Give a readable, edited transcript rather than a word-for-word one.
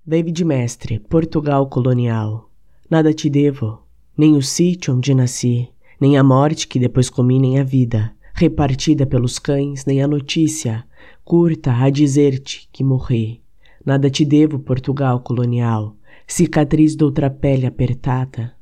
David Mestre, Portugal colonial. Nada te devo, nem o sítio onde nasci, nem a morte que depois comi, nem a vida, repartida pelos cães, nem a notícia, curta a dizer-te que morri. Nada te devo, Portugal colonial, cicatriz de outra pele apertada,